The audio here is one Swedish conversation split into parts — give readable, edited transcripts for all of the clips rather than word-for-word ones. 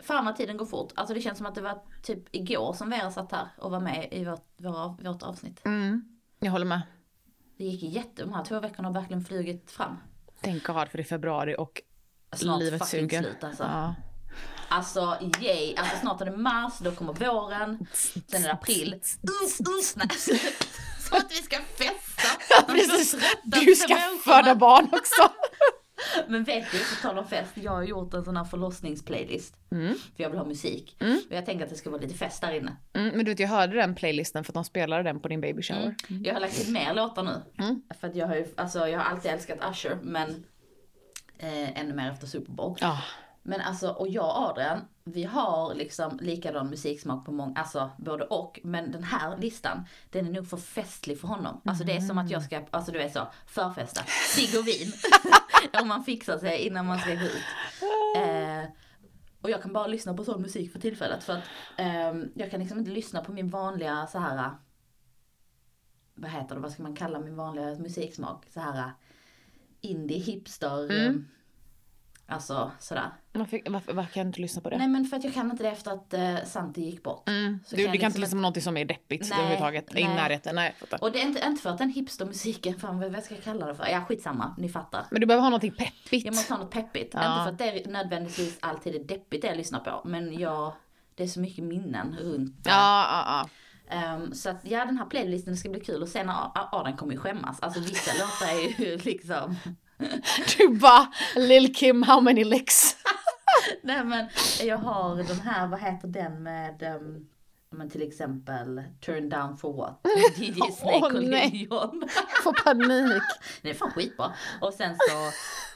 fan vad tiden går fort. Alltså det känns som att det var typ igår som Vera satt här och var med i vårt avsnitt. Jag håller med. Det gick de här 2 veckorna har verkligen flugit fram. Tänk hard för det är februari och snart livet suger. Slut alltså. Ja. Alltså yay, alltså snart är det mars, då kommer våren, sen är det april. Så att vi ska festa. Precis. Du ska föda barn också. Men vet du, så talar om fest, jag har gjort en sån här förlossningsplaylist. För jag vill ha musik. Och jag tänker att det ska vara lite fest där inne. Men du vet, jag hörde den playlisten för att de spelade den på din baby shower. Jag har lagt till mer låtar nu. För att jag har alltid älskat Usher, men ännu mer efter Super Bowl. Men alltså, och jag och Adrian, vi har liksom likadan musiksmak på många, alltså både och. Men den här listan, den är nog för festlig för honom. Alltså det är som att jag ska, alltså du vet så, förfesta, cigg och vin. Om man fixar sig innan man ska gå ut. Och jag kan bara lyssna på sån musik för tillfället. För att jag kan liksom inte lyssna på min vanliga så här, vad ska man kalla min vanliga musiksmak? Så här indie hipster. Alltså sådär. Varför kan jag inte lyssna på det? Nej, men för att jag kan inte det efter att Santi gick bort. Så du kan inte lyssna på något som är deppigt överhuvudtaget. I närheten, nej. Och det är inte för att den hipstermusiken, fan vad ska jag kalla det för? Ja, skitsamma, ni fattar. Men du behöver ha någonting peppigt. Jag måste ha något peppigt. Inte för att det är nödvändigtvis alltid är deppigt det jag lyssnar på. Men det är så mycket minnen runt. Så att den här playlisten ska bli kul. Och sen Adam kommer ju skämmas. Alltså vissa låtar är ju liksom... Du bara, Lil Kim, how many licks? Nej, men jag har den här, vad heter den med men till exempel Turn Down For What? DJ Snake och Lil Jon. Jag får panik. Det är fan skitbra. Och sen så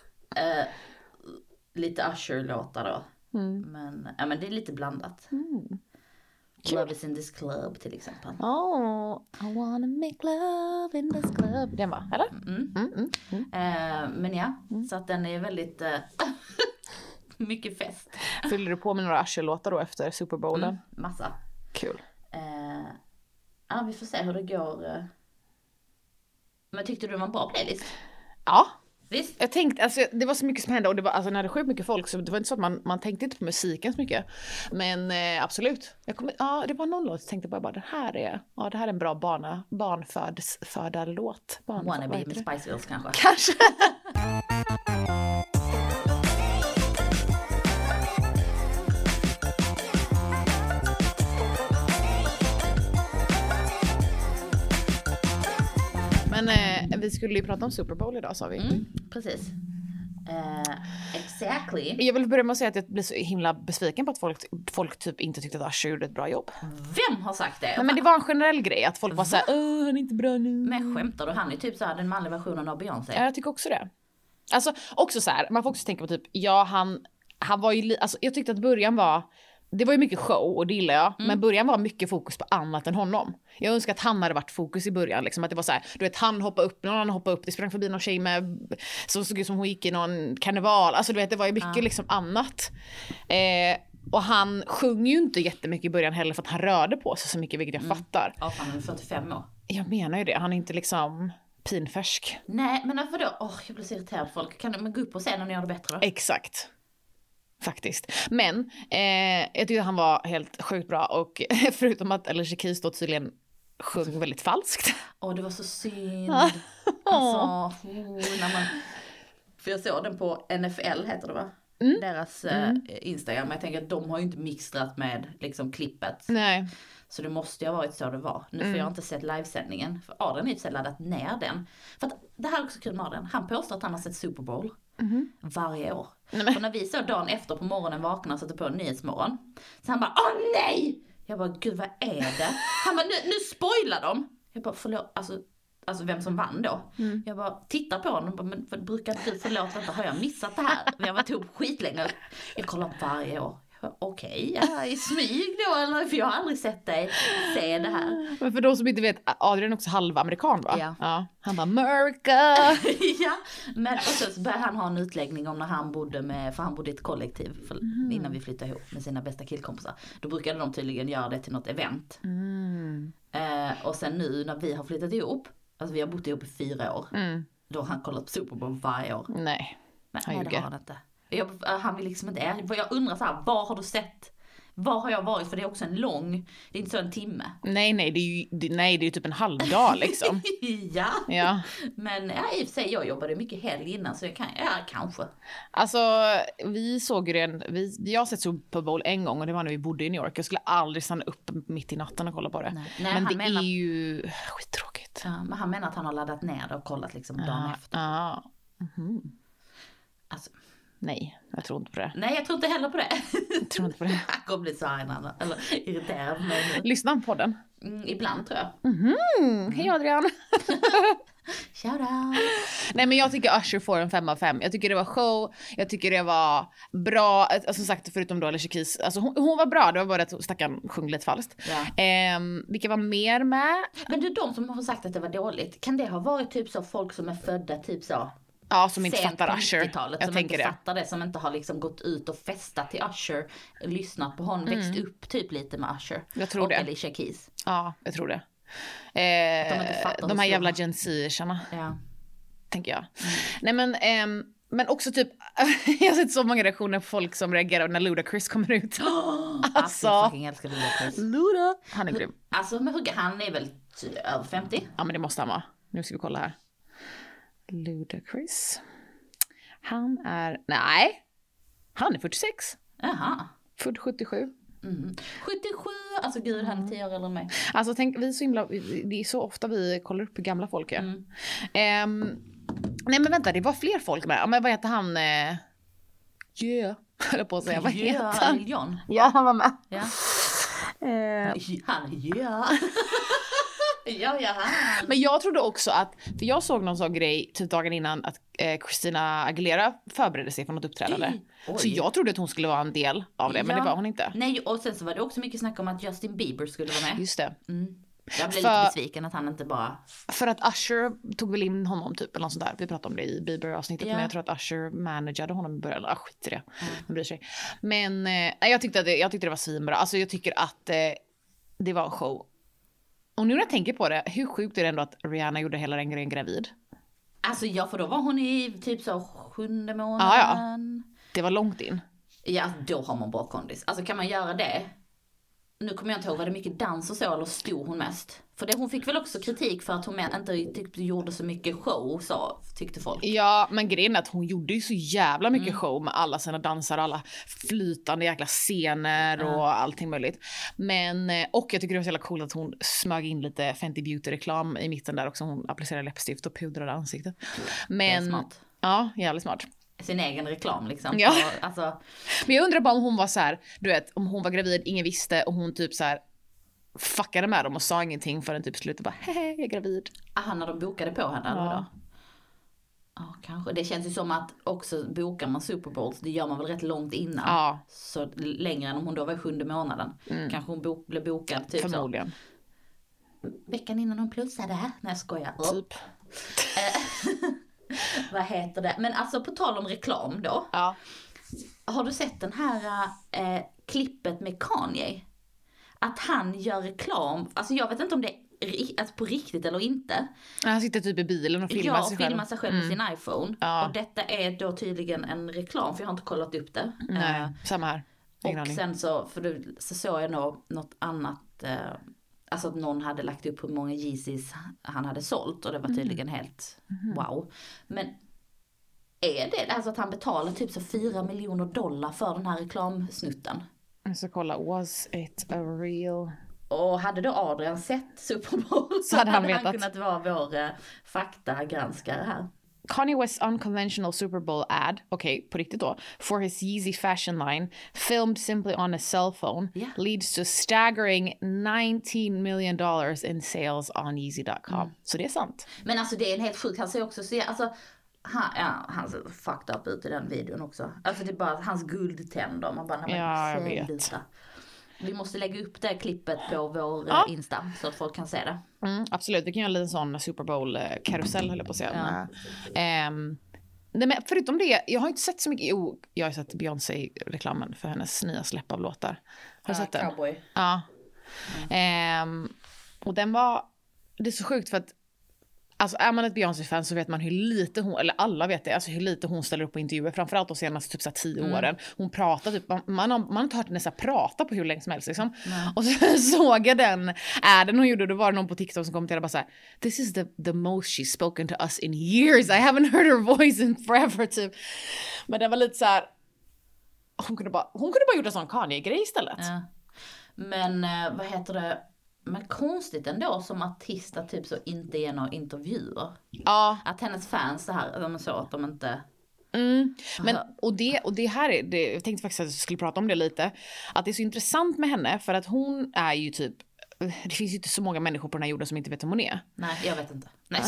lite Usher-låtar då. Men det är lite blandat. Love is in this club till exempel. I wanna make love in this club. Den var, eller? Men ja, så att den är väldigt mycket fest. Fyller du på med några Usher-låtar då efter Super Bowlen? Massa. Kul. Vi får se hur det går. Men tyckte du det var en bra playlist? Ja. Visst? Jag tänkte, alltså det var så mycket som hände och det var, alltså när det sjukt mycket folk så det var inte så att man tänkte inte på musiken så mycket. Men absolut. Det var någon låt jag tänkte bara det här är en bra barnfödarlåt. Wannabe med Spice Girls kanske. Kanske. Men vi skulle ju prata om Super Bowl idag, sa vi. Precis. Exactly. Jag vill börja med att säga att jag blir så himla besviken på att folk typ inte tyckte att Usher gjorde ett bra jobb. Vem har sagt det? Men det var en generell grej att folk var såhär, han är inte bra nu. Men skämtar du? Han är typ såhär den manliga versionen av Beyoncé. Ja, jag tycker också det. Alltså också så här, man får också tänka på typ, han var ju, alltså jag tyckte att början var, det var ju mycket show och det gillar jag. Men början var mycket fokus på annat än honom. Jag önskar att han hade varit fokus i början. Liksom, att det var så här, du vet, han hoppade upp, någon annan hoppade upp. Det sprang förbi någon tjej som såg ut som hon gick i någon karneval. Alltså du vet, det var ju mycket liksom annat. Och han sjöng ju inte jättemycket i början heller för att han rörde på sig så mycket, vilket jag fattar. Ja, han är 45 år. Jag menar ju det, han är inte liksom pinfärsk. Nej, men vadå? Jag blir så irriterad på folk. Kan man gå upp och se när ni gör det bättre då? Exakt. Faktiskt. Men jag tyckte han var helt sjukt bra. Och förutom att Alicia Keys då tydligen sjöng väldigt falskt. Det var så synd. Alltså, för jag såg den på NFL heter det va? Deras Instagram. Jag tänker att de har ju inte mixtrat med liksom klippet. Nej. Så det måste ju ha varit så det var. Nu får jag inte sett livesändningen. För Adrian har ju laddat ner den. För att det här är också kul med Adrian. Han påstår att han har sett Super Bowl varje år. Och när vi så dagen efter på morgonen vaknar och sätter på Nyhetsmorgon. Så han bara, nej! Jag bara, gud vad är det? Han bara, nu spoilar de. Jag bara, förlåt, alltså vem som vann då. Jag bara tittar på honom och bara, men brukar du förlåta inte, har jag missat det här? Vi har varit ihop skitlänge. Jag kollar varje år. Okej, i smyg då eller? För jag har aldrig sett dig se det här. Men för de som inte vet, Adrian är också halvamerikan va? Ja. Han var America. Ja, men och så började han ha en utläggning om när han bodde för han bodde i ett kollektiv innan vi flyttade ihop med sina bästa killkompisar. Då brukade de tydligen göra det till något event. Och sen nu när vi har flyttat ihop, alltså vi har bott ihop i 4 år. Då har han kollat på Super Bowl varje år. Nej, det har han inte. Han vill liksom inte, jag undrar så här, vad har du sett? Var har jag varit? För det är också det är inte så en timme. Nej, det är ju typ en halv dag liksom. Ja. Men i och för sig, jag jobbade mycket helg innan så jag kanske. Alltså, vi såg ju jag har sett Super Bowl en gång och det var när vi bodde i New York. Jag skulle aldrig stanna upp mitt i natten och kolla på det. Nej, men det är ju skittråkigt. Ja, men han menar att han har laddat ner det och kollat liksom dagen efter. Ja. Alltså. Nej, jag tror inte på det. Nej, jag tror inte heller på det. Jag tror inte på det. Han kommer bli så arg eller irriterad på mig nu. Lyssnar på den? Ibland tror jag. Hej Adrian. Shout out. Nej, men jag tycker Usher får en 5 av 5. Jag tycker det var show. Jag tycker det var bra. Alltså, som sagt, förutom då Alicia Keys. Alltså, hon var bra. Det var bara att stackaren sjöng lite falskt. Ja. Vilka var mer med? Men det är de som har sagt att det var dåligt. Kan det ha varit typ så folk som är födda typ så? Ja, som inte fattar Usher. Jag som inte fattar det. Som inte har liksom gått ut och festat till Usher. Lyssnat på honom. Växt upp typ lite med Usher. Jag tror och Alicia Keys. Ja, jag tror det. De här jävla Gen Z-erna. Ja. Tänker jag. Nej, men också typ jag har sett så många reaktioner på folk som reagerar när Ludacris kommer ut. Alltså jag fucking älskar Ludacris. Luda. Han är grym. Alltså men han är väl över 50? Ja, men det måste han vara. Nu ska vi kolla här. Ludacris. Han är 46. Jaha. Född 77. 77, alltså gud, han är 10 år äldre än mig. Alltså tänk, det är så ofta vi kollar upp hur gamla folk är. Nej men vänta, det var fler folk med. Men vad heter han? Höll på att säga, vad heter han? John. Ja, han var med. Ja. Han. Men jag trodde också att, för jag såg någon sån grej typ dagen innan att Christina Aguilera förberedde sig för något uppträdande. Så jag trodde att hon skulle vara en del av det, men det var hon inte. Nej, och sen så var det också mycket snack om att Justin Bieber skulle vara med. Just det. Jag blev lite besviken att han inte bara... För att Usher tog väl in honom typ, eller något sånt där. Vi pratade om det i Bieber-avsnittet, men jag tror att Usher managade honom i början. Skit i det. Man bryr sig. Men jag tyckte det var svinbra. Alltså jag tycker att det var en show. Och nu när jag tänker på det, hur sjukt är det ändå att Rihanna gjorde hela den grejen gravid? Alltså ja, för då var hon i typ så 7:e månaden. Ja. Det var långt in. Ja, då har man bra kondis. Alltså kan man göra det? Nu kommer jag inte ihåg, var det mycket dans och så, eller stod hon mest? För det, hon fick väl också kritik för att hon inte gjorde så mycket show, så tyckte folk. Ja, men grejen är att hon gjorde ju så jävla mycket show med alla sina dansar, alla flytande jäkla scener och allting möjligt. Men, och jag tycker det var så jävla coolt att hon smög in lite Fenty Beauty-reklam i mitten där också. Hon applicerade läppstift och pudrade ansiktet. Men, det är smart. Ja, jävligt smart. Sin egen reklam liksom. Ja. Alltså. Men jag undrar bara om hon var så här, du vet, om hon var gravid, ingen visste, och hon typ så här fuckade med dem och sa ingenting förrän typ slutet bara, hehe, jag är gravid. Aha, när de bokade på henne eller då? Ja, kanske. Det känns ju som att också bokar man Super Bowls, det gör man väl rätt långt innan. Ja. Så längre än om hon då var i 7:e månaden. Kanske hon blev bokad typ förmodligen. Så. Veckan innan hon plussade. När jag skojar. Typ. Vad heter det? Men alltså på tal om reklam då. Ja. Har du sett den här klippet med Kanye? Att han gör reklam. Alltså jag vet inte om det är på riktigt eller inte. Han sitter typ i bilen och filmar sig själv. filmar sig själv med sin iPhone. Ja. Och detta är då tydligen en reklam, för jag har inte kollat upp det. Nej, samma här. Och sen så såg jag nog något annat. Alltså att någon hade lagt upp hur många Yeezys han hade sålt. Och det var tydligen helt wow. Men är det alltså att han betalar typ så $4 miljoner för den här reklamsnutten? Jag ska kolla, was it a real... Och hade då Adrian sett Super Bowl så hade han kunnat vara vår faktagranskare här. Kanye West's unconventional Super Bowl ad, på riktigt då, for his Yeezy fashion line, filmed simply on a cell phone, leads to staggering $19 million in sales on Yeezy.com. Så det är sant. Men alltså det är en helt sjuk, han ser också alltså han ser fucked up ut i den videon också. Alltså det är bara hans guldtänder, man bara, jag vet. Vi måste lägga upp det klippet på vår Insta så att folk kan se det. Absolut, vi kan göra en liten sån Super Bowl-karusell, höll jag på att säga. Nej, men förutom det, jag har inte sett så mycket. Jag har sett Beyoncé-reklamen för hennes nya släpp av låtar. Har du sett den? Cowboy. Ja. Och den var, det är så sjukt för att alltså är man ett Beyoncé-fan så vet man hur lite hon, eller alla vet det, alltså hur lite hon ställer upp på intervjuer, framförallt de senaste typ så 10 åren. Hon pratar typ, man har inte hört henne så prata på hur länge som helst liksom. Och så såg jag den hon gjorde, då var det någon på TikTok som kommenterade bara så här: this is the most she's spoken to us in years, I haven't heard her voice in forever typ. Men det var lite så här, hon kunde bara gjort en sån Kanye-grej istället. Ja. Men vad heter det? Men konstigt ändå som artist att typ så inte ge några intervjuer. Ja. Att hennes fans det här, de är så att de inte... Men, och det här är, jag tänkte faktiskt att jag skulle prata om det lite. Att det är så intressant med henne för att hon är ju typ, det finns ju inte så många människor på den här jorden som inte vet vem hon är. Nej, jag vet inte. Nej,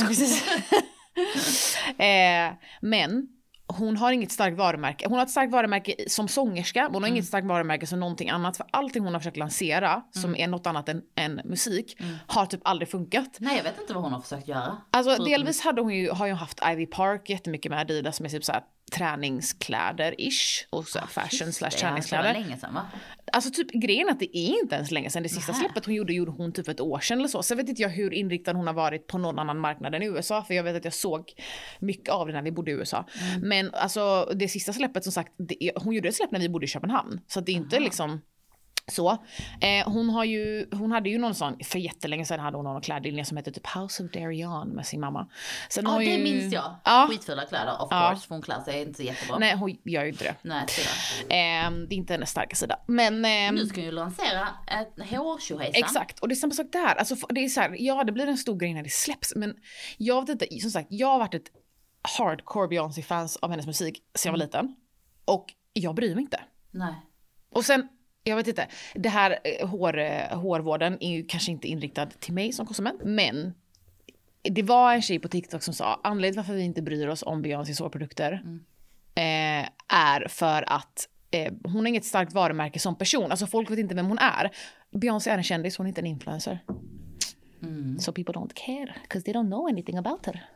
men hon har inget starkt varumärke. Hon har ett starkt varumärke som sångerska, men hon har inget starkt varumärke som någonting annat. För allting hon har försökt lansera, som är något annat än musik, har typ aldrig funkat. Nej, jag vet inte vad hon har försökt göra. Alltså delvis har hon haft Ivy Park jättemycket med Adidas som är typ såhär träningskläder-ish och så fashion / träningskläder. Det var länge sedan, va? Alltså typ grejen att det är inte ens länge sedan. Det sista släppet hon gjorde hon typ ett år sedan eller så. Så vet inte jag hur inriktad hon har varit på någon annan marknad än i USA. För jag vet att jag såg mycket av det när vi bodde i USA. Men alltså det sista släppet som sagt, hon gjorde ett släpp när vi bodde i Köpenhamn. Så det är inte liksom... Så, hon hade ju någon sån, för jättelänge sedan hade hon någon klädlinje som hette typ House of Darion med sin mamma. Sen Ja, det minns jag. Ja. Skitfulla kläder, of course, för hon klär sig inte så jättebra. Nej, hon gör ju inte det. Nej, det är inte hennes starka sida. Men nu ska ju lansera ett hårtjohejsan. Exakt, och det är samma sak där. Alltså, det är så här, ja, det blir en stor grej när det släpps, men jag vet inte, som sagt, jag har varit ett hardcore Beyoncé-fans av hennes musik sedan jag var liten. Och jag bryr mig inte. Nej. Och sen jag vet inte, det här hårvården är ju kanske inte inriktad till mig som konsument, men det var en tjej på TikTok som sa anledningen varför vi inte bryr oss om Beyoncés hårprodukter är för att hon har inget starkt varumärke som person. Alltså folk vet inte vem hon är. Beyoncé är en kändis, hon är inte en influencer. So people don't care, because they don't know anything about her.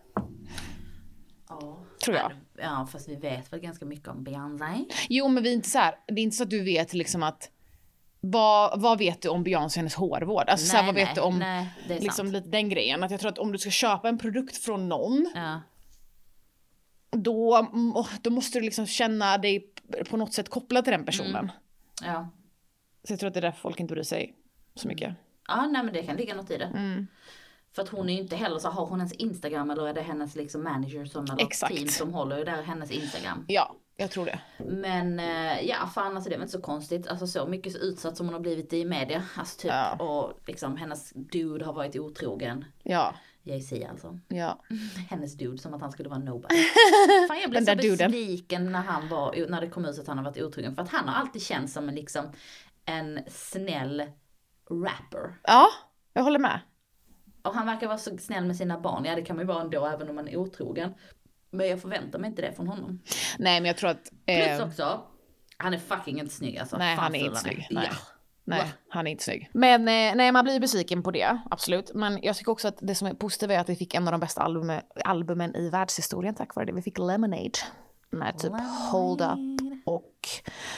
Tror jag. Ja, fast vi vet väl ganska mycket om Beyoncé. Jo, men vi är inte så här, det är inte så att du vet liksom att vad vet du om Beyoncé och hennes hårvård? Alltså vad vet du om det är liksom lite den grejen, att jag tror att om du ska köpa en produkt från någon då måste du liksom känna dig på något sätt kopplad till den personen. Ja. Så jag tror att det är därför folk inte bryr sig så mycket. Ja, nej, men det kan ligga något i det. För att hon är ju inte heller så, har hon hennes Instagram eller är det hennes liksom manager som eller team som håller ju där hennes Instagram? Ja, jag tror det. Men ja, fan alltså det är inte så konstigt. Alltså så mycket så utsatt som hon har blivit i media. Alltså typ, och liksom hennes dude har varit otrogen. Ja. Jay-Z alltså. Ja. Hennes dude, som att han skulle vara nobody. Fan, jag blev så besviken när det kom ut att han har varit otrogen. För att han har alltid känts som en snäll rapper. Ja, jag håller med. Och han verkar vara så snäll med sina barn. Ja, det kan man ju vara ändå även om man är otrogen. Men jag förväntar mig inte det från honom. Nej, men jag tror att... Plus också, han är fucking inte snygg alltså. Nej, han är inte snygg. Nej. Nej, han är inte snygg. Men nej, man blir besviken på det, absolut. Men jag tycker också att det som är positivt är att vi fick en av de bästa albumen i världshistorien tack vare det. Vi fick Lemonade. Med typ Hold Up och...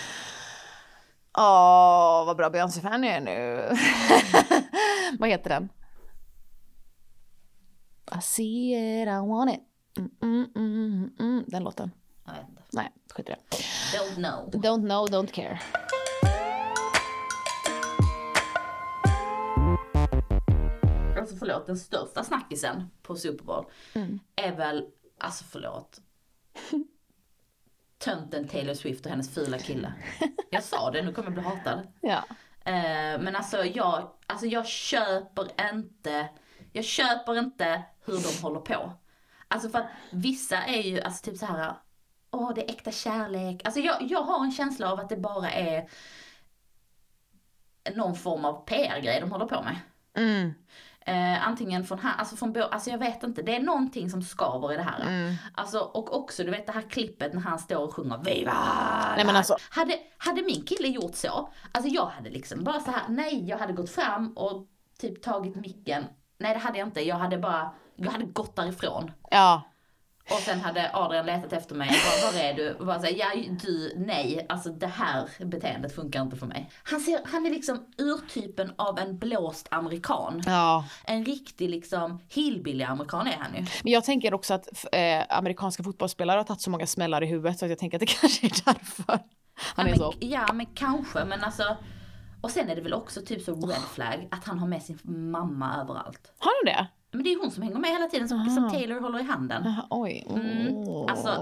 vad bra Beyoncé-fan jag är nu. Vad heter den? I see it, I want it. Den låten. Jag vet inte. Nej, skit i det. Don't know. Don't know, don't care. Alltså förlåt, den största snackisen på Super Bowl är väl, alltså förlåt, tönten Taylor Swift och hennes fula kille. Jag sa det, nu kommer jag bli hatad. Ja. Men alltså jag köper inte hur de håller på. Alltså för att vissa är ju alltså typ så här, det är äkta kärlek. Alltså jag har en känsla av att det bara är någon form av PR-grej de håller på med. Antingen från här, alltså jag vet inte, det är någonting som skaver i det här. Alltså, och också du vet det här klippet när han står och sjunger Viva! Nej, men alltså. Hade min kille gjort så, alltså jag hade liksom bara så här, nej, jag hade gått fram och typ tagit micken. Nej, det hade jag inte, jag hade gått därifrån. Ja. Och sen hade Adrian letat efter mig. Var är du? Och bara säga, nej. Alltså det här beteendet funkar inte för mig. Han är liksom urtypen av en blåst amerikan. Ja. En riktig liksom hillbilly amerikan är han ju. Men jag tänker också att amerikanska fotbollsspelare har tagit så många smällar i huvudet så att jag tänker att det kanske är därför han är så. Ja, men kanske. Men alltså... Och sen är det väl också typ så red flag att han har med sin mamma överallt. Har han det? Men det är hon som hänger med hela tiden som Taylor håller i handen. Oj. Alltså,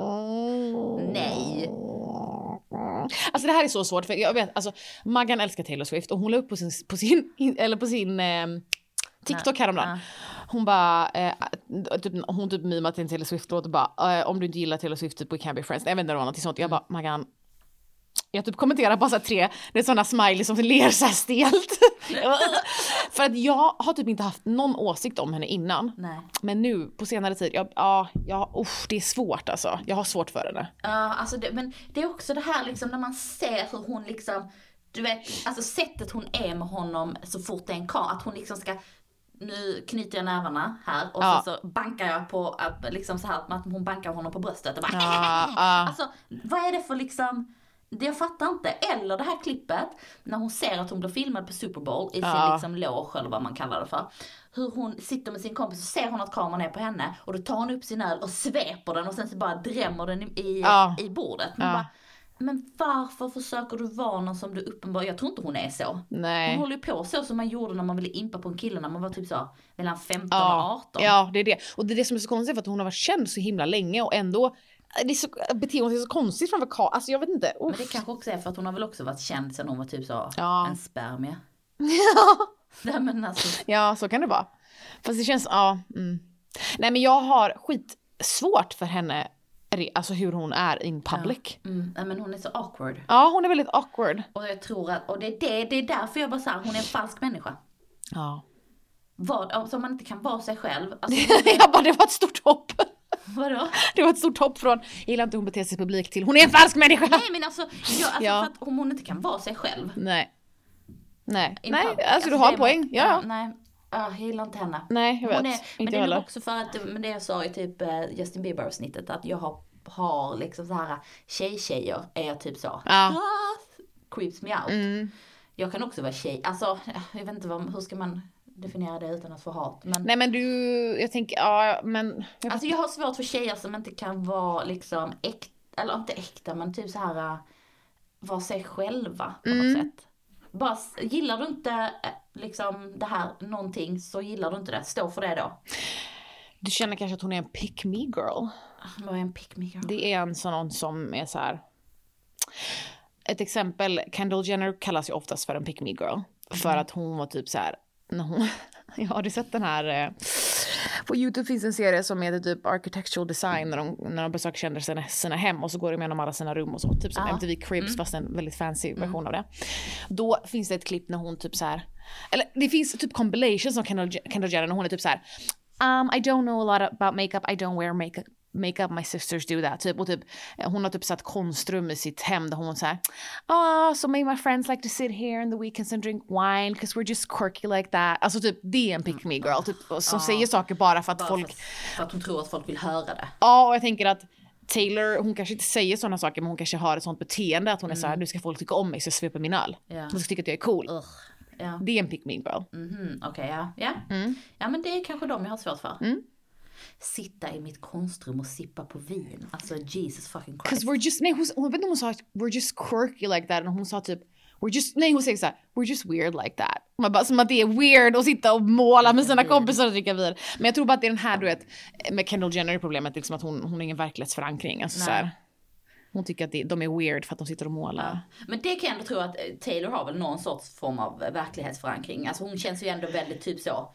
nej. Alltså det här är så svårt för jag vet, alltså Maggan älskar Taylor Swift och hon la upp på sin TikTok häromdagen. Hon bara hon typ mimade till en Taylor Swift-låt och bara om du inte gillar Taylor Swift typ we can't be friends. Jag vet inte vad något sånt. Jag bara Maggan, jag typ kommenterar bara så här 3, det är sådana smiley som ler så här stelt. För att jag har typ inte haft någon åsikt om henne innan. Nej. Men nu på senare tid, det är svårt alltså. Jag har svårt för henne. Ja, alltså men det är också det här liksom när man ser hur hon liksom, du vet, alltså sättet hon är med honom så fort det är en att hon liksom ska, nu knyter jag nävarna här och så bankar jag på liksom så här att hon bankar honom på bröstet och bara alltså vad är det för liksom, det jag fattar inte. Eller det här klippet när hon ser att hon blir filmad på Super Bowl i sin liksom loge eller vad man kallar det för. Hur hon sitter med sin kompis och ser hon att kameran är på henne och då tar hon upp sin öl och sveper den och sen så bara drämmer den i bordet. Men varför försöker du vara någon som du uppenbarligen... Jag tror inte hon är så. Nej. Hon håller ju på så som man gjorde när man ville impa på en kille när man var typ så mellan 15 och 18. Ja, det är det. Och det är det som är så konstigt för att hon har varit känd så himla länge och ändå beter hon sig så konstigt framför alltså jag vet inte. Men det kanske också är för att hon har väl också varit känd sedan hon var typ så en spermie. Nej, men alltså. Ja, så kan det vara. Fast det känns, Nej men jag har skitsvårt för henne. Alltså hur hon är in public. Ja, men hon är så awkward. Ja, hon är väldigt awkward. Och jag tror att, och det är därför jag bara säger hon är en falsk människa. Ja. Alltså man inte kan vara sig själv. Alltså, det var ett stort hopp. Vadå? Det var ett stort hopp från, jag gillar inte hon beter sig publik till, hon är en falsk människa. Nej men alltså för att om hon inte kan vara sig själv. Nej, alltså du har en poäng. Ja. Nej. Jag gillar inte henne. Nej, jag vet. Men det är också för att, men det jag sa i typ Justin Bieber-avsnittet, att jag har liksom så här tjejer är typ så. Creeps me out. Jag kan också vara tjej. Alltså, jag vet inte hur ska man definiera det utan att få hat. Men, nej men jag tänker, men... Alltså jag har svårt för tjejer som inte kan vara liksom äkta, eller inte äkta, men typ så här vara sig själva på något sätt. Bara, gillar du inte liksom det här någonting så gillar du inte det. Stå för det då. Du känner kanske att hon är en pick me girl. Vad är en pick me girl? Det är en sån som är så här. Ett exempel, Kendall Jenner kallas ju oftast för en pick me girl. För att hon var typ så här. Jag har du sett den här på YouTube finns en serie som heter typ Architectural Design när de besöker kändisar sina hem och så går de igenom alla sina rum och så typ som MTV Cribs fast en väldigt fancy version av det. Då finns det ett klipp när hon typ så här, eller det finns typ compilations av Kendall Jenner och hon är typ så här I don't know a lot about makeup, I don't wear makeup, my sisters do that typ. Och typ hon har typ satt konstrum i sitt hem där hon så här so maybe my friends like to sit here in the weekends and drink wine because we're just quirky like that. Alltså typ det är en pick me girl typ, som säger saker bara för att folk för att hon tror att folk vill höra det. Ja, och jag tänker att Taylor, hon kanske inte säger sådana saker men hon kanske har ett sånt beteende att hon är så här, nu ska folk tycka om mig så jag sveper min öl. De ska tycka att jag är cool. Det är en pick me girl. Okej, ja men det är kanske de jag har svårt för. Sitta i mitt konstrum och sippa på vin. Alltså Jesus fucking Christ. 'Cause we're just, nej hon vet inte om hon sa we're just quirky like that. Och hon sa typ hon säger så här, we're just weird like that. Man bara, som att det är weird att sitta och måla med sina kompisar och dricka vin. Men jag tror bara att det är den här, du vet, med Kendall Jenner problemet liksom att hon har ingen verklighetsförankring. Alltså så här, hon tycker att de är weird för att de sitter och målar. Men det kan jag ändå tro att Taylor har väl någon sorts form av verklighetsförankring. Alltså hon känns ju ändå väldigt typ så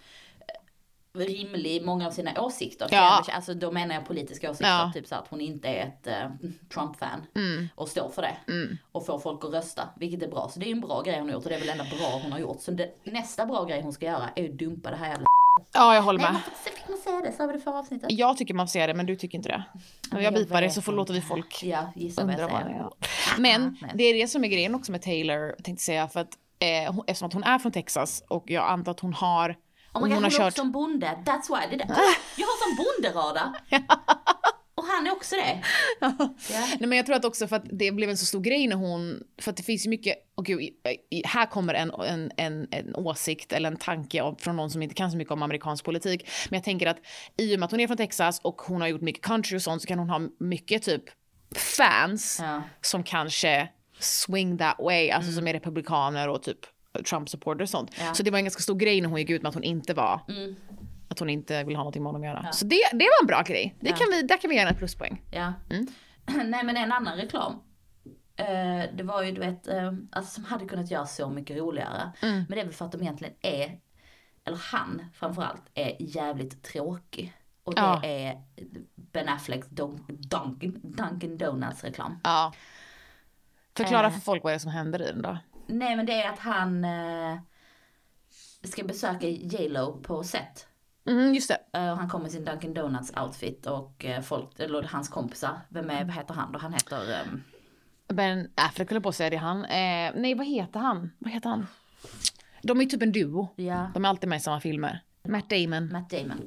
rimlig många av sina åsikter. Alltså då menar jag politiska åsikter, typ så att hon inte är ett Trump-fan och står för det och får folk att rösta, vilket är bra. Så det är ju en bra grej hon har gjort och det är väl enda bra hon har gjort. Så nästa bra grej hon ska göra är att dumpa det här jävla. Ja, jag håller med. Fick man säga det? Så har vi det förra avsnittet. Jag tycker man får säga det, men du tycker inte det. Men jag bipar det så låter vi folk gissa vad jag säger. Men det är det som är grejen också med Taylor, tänkte säga, för att eftersom att hon är från Texas och jag antar att hon har hon har kört som bonde. That's why. Jag har som bonderada. Och han är också det. Nej, men jag tror att också för att det blev en så stor grej när hon, för att det finns ju mycket, och gud, här kommer en åsikt eller en tanke från någon som inte kan så mycket om amerikansk politik, men jag tänker att i och med att hon är från Texas och hon har gjort mycket country och sånt, så kan hon ha mycket typ fans som kanske swing that way, alltså som är republikaner och typ Trump-supporter och sånt. Så det var en ganska stor grej när hon gick ut med att hon inte var att hon inte vill ha någonting med honom att göra. Så det var en bra grej. Där kan vi göra en pluspoäng. Nej, men en annan reklam. Det var ju, du vet, alltså, som hade kunnat göra så mycket roligare. Men det är väl för att de egentligen är, eller han framförallt, är jävligt tråkig. Och det är Ben Afflecks Dunkin' Donuts reklam. Ja. Förklara för folk vad det är som händer i den då. Nej, men det är att han ska besöka J.Lo på set. Just det. Och han kommer i sin Dunkin' Donuts outfit och folk, eller hans kompisar, vad heter han då? Han heter Ben Affleck skulle på att säga det, han. Nej, vad heter han? De är typ en duo. Ja. De är alltid med i samma filmer. Matt Damon.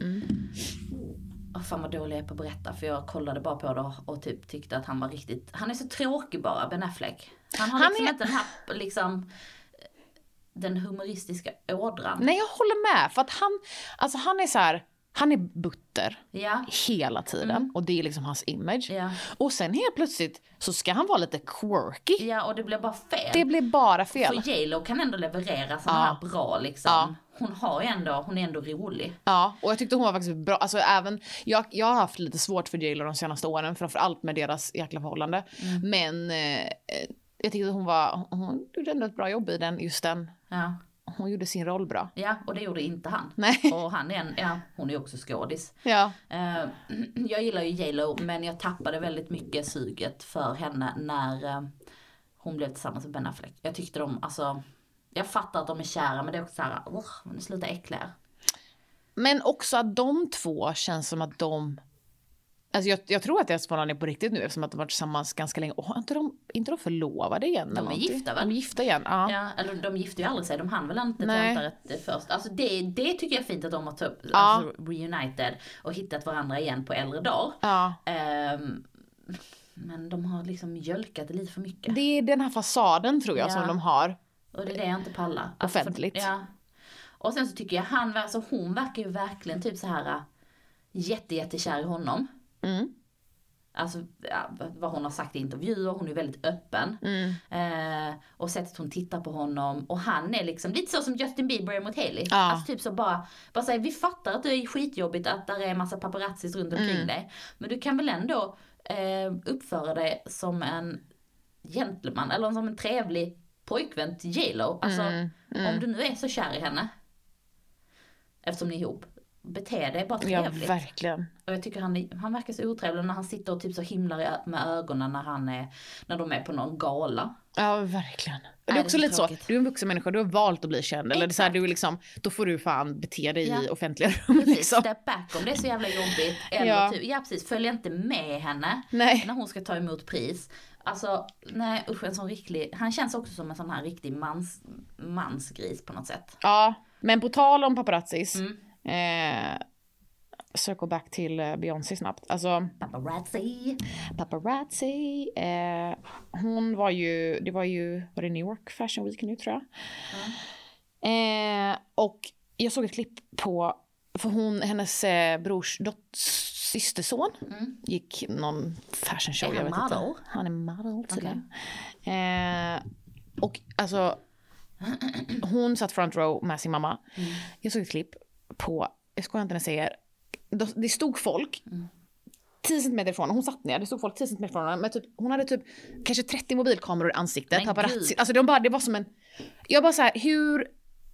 Fan vad dålig jag är på att berätta, för jag kollade bara på det och typ tyckte att han var riktigt, han är så tråkig bara, Ben Affleck. Han har liksom inte den här liksom den humoristiska ådran. Nej, jag håller med, för att han är så här, han är butter hela tiden och det är liksom hans image. Och sen helt plötsligt så ska han vara lite quirky. Ja, och det blir bara fel. Det blir bara fel. För J.Lo kan ändå leverera såna här bra liksom. Hon är ändå rolig. Ja, och jag tyckte hon var faktiskt bra. Alltså även, jag har haft lite svårt för J.Lo de senaste åren, framförallt med deras jäkla förhållande. Men jag tyckte hon gjorde ändå ett bra jobb i den, just den. Hon gjorde sin roll bra. Ja, och det gjorde inte han. Nej. Och hon är också skådis. Ja. Jag gillar ju J.Lo, men jag tappade väldigt mycket suget för henne när hon blev tillsammans med Ben Affleck. Jag tyckte jag fattar att de är kära, men det är också så här, men sluta äckliga. Men också att de två känns som att de, alltså jag tror att deras förhållande är på riktigt nu, eftersom att de varit tillsammans ganska länge. Och inte de förlovade igen? De är gifta väl? De är gifta igen, ja. Eller de gifte ju aldrig sig, de hann väl inte tältaret först. Alltså det tycker jag är fint att de har reunited och hittat varandra igen på äldre dagar. Men de har liksom mjölkat det lite för mycket. Det är den här fasaden, tror jag, som de har. Och det är det jag inte pallar. Offentligt. Och sen så tycker jag hon verkar ju verkligen typ så här jättekär i honom. Alltså vad hon har sagt i intervjuer, hon är väldigt öppen. Och sättet hon tittar på honom. Och han är liksom lite så som Justin Bieber mot Hailey. Alltså typ så bara säga, vi fattar att det är skitjobbigt att där är en massa paparazzis runt omkring dig. Men du kan väl ändå uppföra dig som en gentleman eller som en trevlig pojkvän till J.Lo. Alltså om du nu är så kär i henne, eftersom ni är ihop, bete dig bara trevligt. Ja, verkligen. Och jag tycker han verkar så otrevlig när han sitter och typ så himlar med ögonen när de är på någon gala. Ja, verkligen. Det är också lite tråkigt. Så, du är en vuxen människa, du har valt att bli känd. Eller det är så här, du är liksom, då får du fan bete dig i offentliga rum. Liksom. Step back om det är så jävla jobbigt. Eller precis, följ inte med henne när hon ska ta emot pris. Alltså, nej, usch, en sån riktig, han känns också som en sån här riktig mansgris på något sätt. Ja, men på tal om paparazzis, circle back till Beyoncé snabbt. Alltså, paparazzi. Hon var ju, var det New York Fashion Week nu, tror jag. Och jag såg ett klipp på, för hennes brors systerson gick någon fashion show. Är han model? Han är model tydligen. Och alltså hon satt front row med sin mamma. Jag såg ett klipp på, jag skojar inte när jag säger, det stod folk 10 centimeter ifrån, hon satt ner, det stod folk 10 centimeter ifrån henne, men typ, hon hade typ kanske 30 mobilkameror i ansiktet, paparazzi. Alltså det var som en, jag bara så här, hur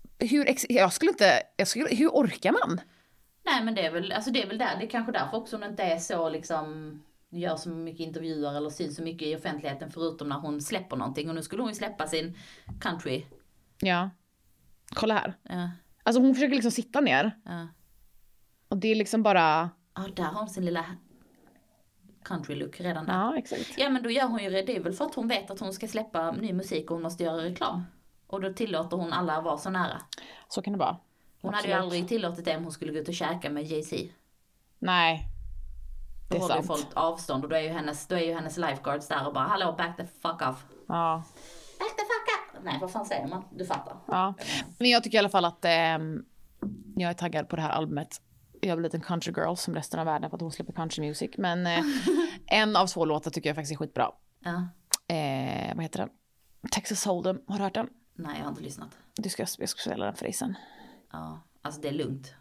orkar man? Nej, men det är väl där, det är kanske därför också hon inte är så liksom, gör så mycket intervjuer eller syns så mycket i offentligheten, förutom när hon släpper någonting. Och nu skulle hon ju släppa sin country. Ja, kolla här. Alltså hon försöker liksom sitta ner. Och det är liksom bara... Ja, där har hon sin lilla country look redan där. Ja, exakt. Ja, men då gör hon ju det är väl för att hon vet att hon ska släppa ny musik och hon måste göra reklam. Och då tillåter hon alla att vara så nära. Så kan det vara. Hon hade ju aldrig tillåtit det om hon skulle gå ut och käka med Jay-Z. Nej. Då är håller ju sant. folk avstånd och då är ju hennes lifeguards där och bara hallå, back the fuck off. Ja. Back the fuck off. Nej, vad fan säger man? Du fattar. Ja. Men jag tycker i alla fall att jag är taggad på det här albumet. Jag blir lite en country girl som resten av världen för att hon släpper country music. Men en av 2 låtar tycker jag faktiskt är skitbra. Ja. Vad heter den? Texas Hold'em. Har du hört den? Nej, jag har inte lyssnat. Jag ska spela den för dig sen. Ja, alltså det är lugnt.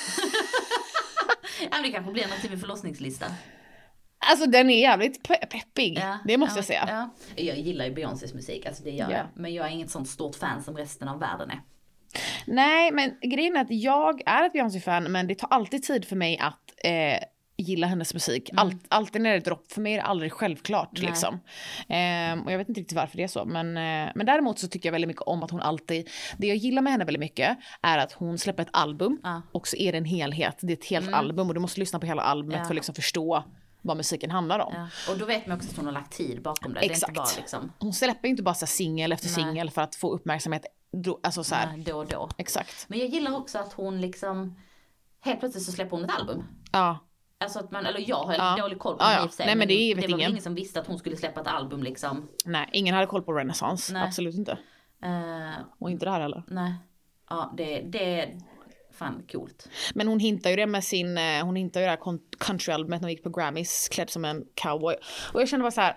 Ja, det kanske blir något till min förlossningslista. Alltså den är jävligt peppig. Ja, det måste jag säga. Ja. Jag gillar ju Beyoncés musik, alltså det gör jag. Men jag är inget sånt stort fan som resten av världen är. Nej, men grejen är att jag är ett Beyoncé-fan, men det tar alltid tid för mig att gilla hennes musik. Alltid när det är ett dropp, för mig är det aldrig självklart. Liksom. Och jag vet inte riktigt varför det är så. Men däremot så tycker jag väldigt mycket om att hon alltid... Det jag gillar med henne väldigt mycket är att hon släpper ett album och så är det en helhet. Det är ett helt album och du måste lyssna på hela albumet för att liksom förstå vad musiken handlar om. Ja. Och då vet man också att hon har lagt tid bakom det. Exakt. Det är inte bara liksom... Hon släpper ju inte bara singel efter singel för att få uppmärksamhet alltså så här. Då och då. Exakt. Men jag gillar också att hon liksom helt plötsligt så släpper hon ett album. Ja. Alltså att man, eller jag har dålig koll på henne i sig. Nej, men det var ingen. Ingen som visste att hon skulle släppa ett album liksom. Nej, ingen hade koll på Renaissance. Nej. Absolut inte. Och inte det här heller. Nej. Ja, det är fan coolt. Men hon hintar ju det med sin, hon hintar ju det här countryalbumet när hon gick på Grammys klädd som en cowboy. Och jag kände bara så här.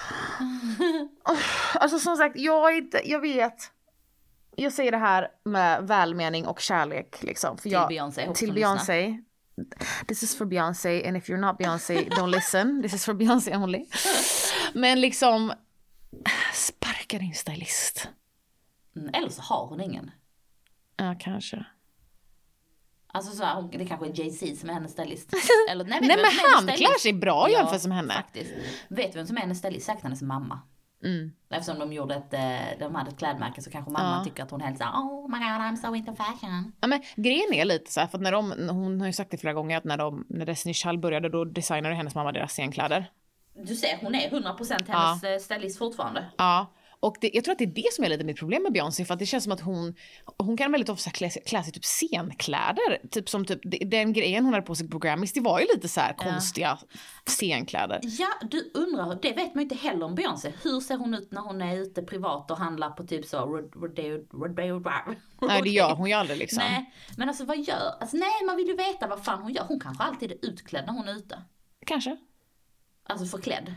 Alltså som sagt, jag vet. Jag säger det här med välmening och kärlek liksom. För till Beyoncé. This is for Beyoncé, and if you're not Beyoncé, don't listen. This is for Beyoncé only. Men liksom, sparka din stylist. Eller så har hon ingen. Ja, kanske. Alltså så här, det kanske är Jay-Z som är hennes stylist. Eller, nej men han klär sig bra jämfört med henne. Faktiskt. Vet du vem som är hennes stylist? Säkert hennes mamma. Eftersom de hade ett klädmärke så kanske mamma tycker att hon helt såhär, oh my god, I'm so into fashion. Ja, men grejen är lite så här, för att hon har ju sagt det flera gånger att när Destiny's Child började, då designade hennes mamma deras scenkläder. Du ser, hon är 100% hennes stylist fortfarande. Ja. Och jag tror att det är det som är lite mitt problem med Beyoncé, för att det känns som att hon kan väldigt ofta klä sig typ scenkläder, typ som den grejen hon hade på sig på Grammys, det var ju lite så här konstiga scenkläder. Ja, du undrar, det vet man ju inte heller om Beyoncé. Hur ser hon ut när hon är ute privat och handlar på typ så Nej, det gör hon ju aldrig liksom. Nej, men alltså vad gör, alltså nej, man vill ju veta vad fan hon gör. Hon kanske alltid är utklädd när hon är ute. Kanske. Alltså förklädd.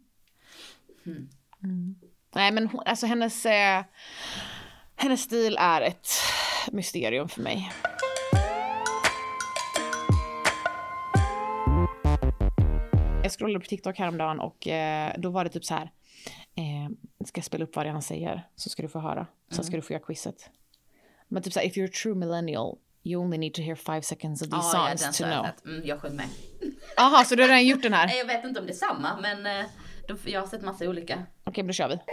Nej, men alltså hennes stil är ett mysterium för mig. Jag scrollade på TikTok häromdagen och då var det typ så här. Ska jag spela upp vad han säger så ska du få höra. Sen ska du få göra quizet. Men typ så här, if you're a true millennial, you only need to hear 5 seconds of these songs to know. Jag sjöng med. Aha, så du har redan gjort den här? Jag vet inte om det är samma, men jag har sett massa olika. Okej, då kör vi.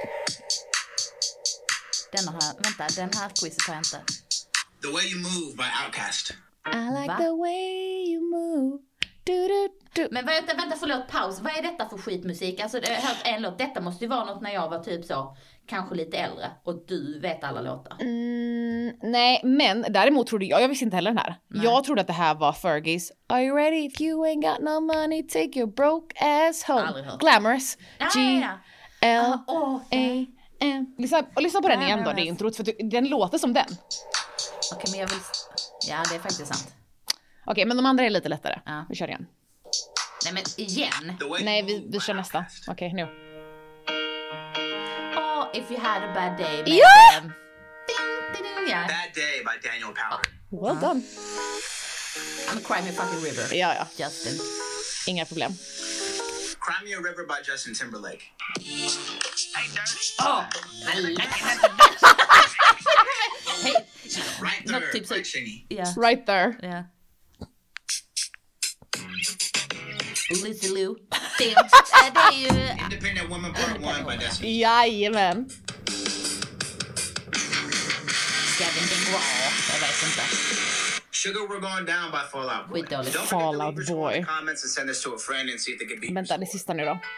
Den här quizet har jag inte. The Way You Move by Outkast. I like the way you move. Du. Men vänta, förlåt, paus. Vad är detta för skitmusik? Alltså, jag har hört en låt. Detta måste ju vara något när jag var typ så, kanske lite äldre. Och du vet alla låtar. Nej, men däremot trodde jag visste inte heller den här. Nej. Jag trodde att det här var Fergie's Are you ready? If you ain't got no money, take your broke ass home. Glamorous. G-L-A-M. Lyssna på den igen då, det introt. För den låter som den. Okej, men jag vill... Ja, det är faktiskt sant. Okej, men de andra är lite lättare. Ja. Vi kör igen. Nej, men igen? Nej, vi kör nästa. Okej, nu. Oh, if you had a bad day. Med, ja! Bad Day by Daniel Powell. Well done. I'm Cry Me Fucking River. Ja. Justin. Inga problem. Cry Me a River by Justin Timberlake. Oh, hey. Right there, typ like Shingy. Yeah. Right there. Yeah. Lizzie Lou. Det är ju... Independent Woman Part 1 by Destiny. Jajamän. Gavin DeGraw. Jag vet inte. Sugar We're Going Down by Fall Out Boy. Skitdåligt. Fall Out Boy. Comments and send this to a friend and see if they can beat. Vänta, det sista nu då.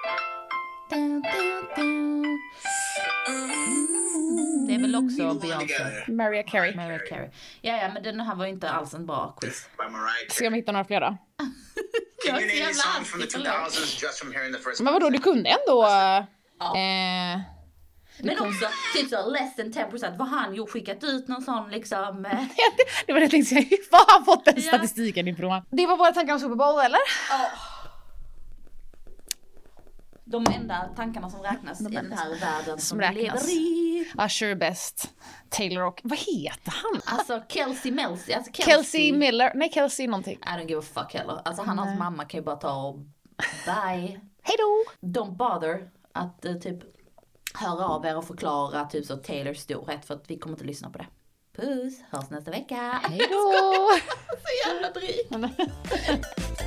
Det är väl också Beyoncé. Mariah Carey. Ja, men den här var inte alls en bra quiz. Ska vi hitta några fler då? Can you name me a song from the 2000s just from hearing the first? Men vadå, du kunde ändå... Men också, typ så, less than 10%. Vad han skickat ut någon sån liksom... det var det jag tänkte säga. Vad har han fått den statistiken ifrån? Det var våra tankar om Super Bowl, eller? De enda tankarna som räknas i den här världen som lever i. Usher bäst. Taylor och... Vad heter han? Alltså Kelsey Melsi. Alltså Kelsey Miller. Nej, Kelsey någonting. I don't give a fuck heller. Alltså han och hans mamma kan ju bara ta och... Bye. Hejdå. Don't bother att typ höra av er och förklara typ så Taylors storhet. För att vi kommer inte lyssna på det. Puss. Hörs nästa vecka. Hejdå. Så jävla dryg.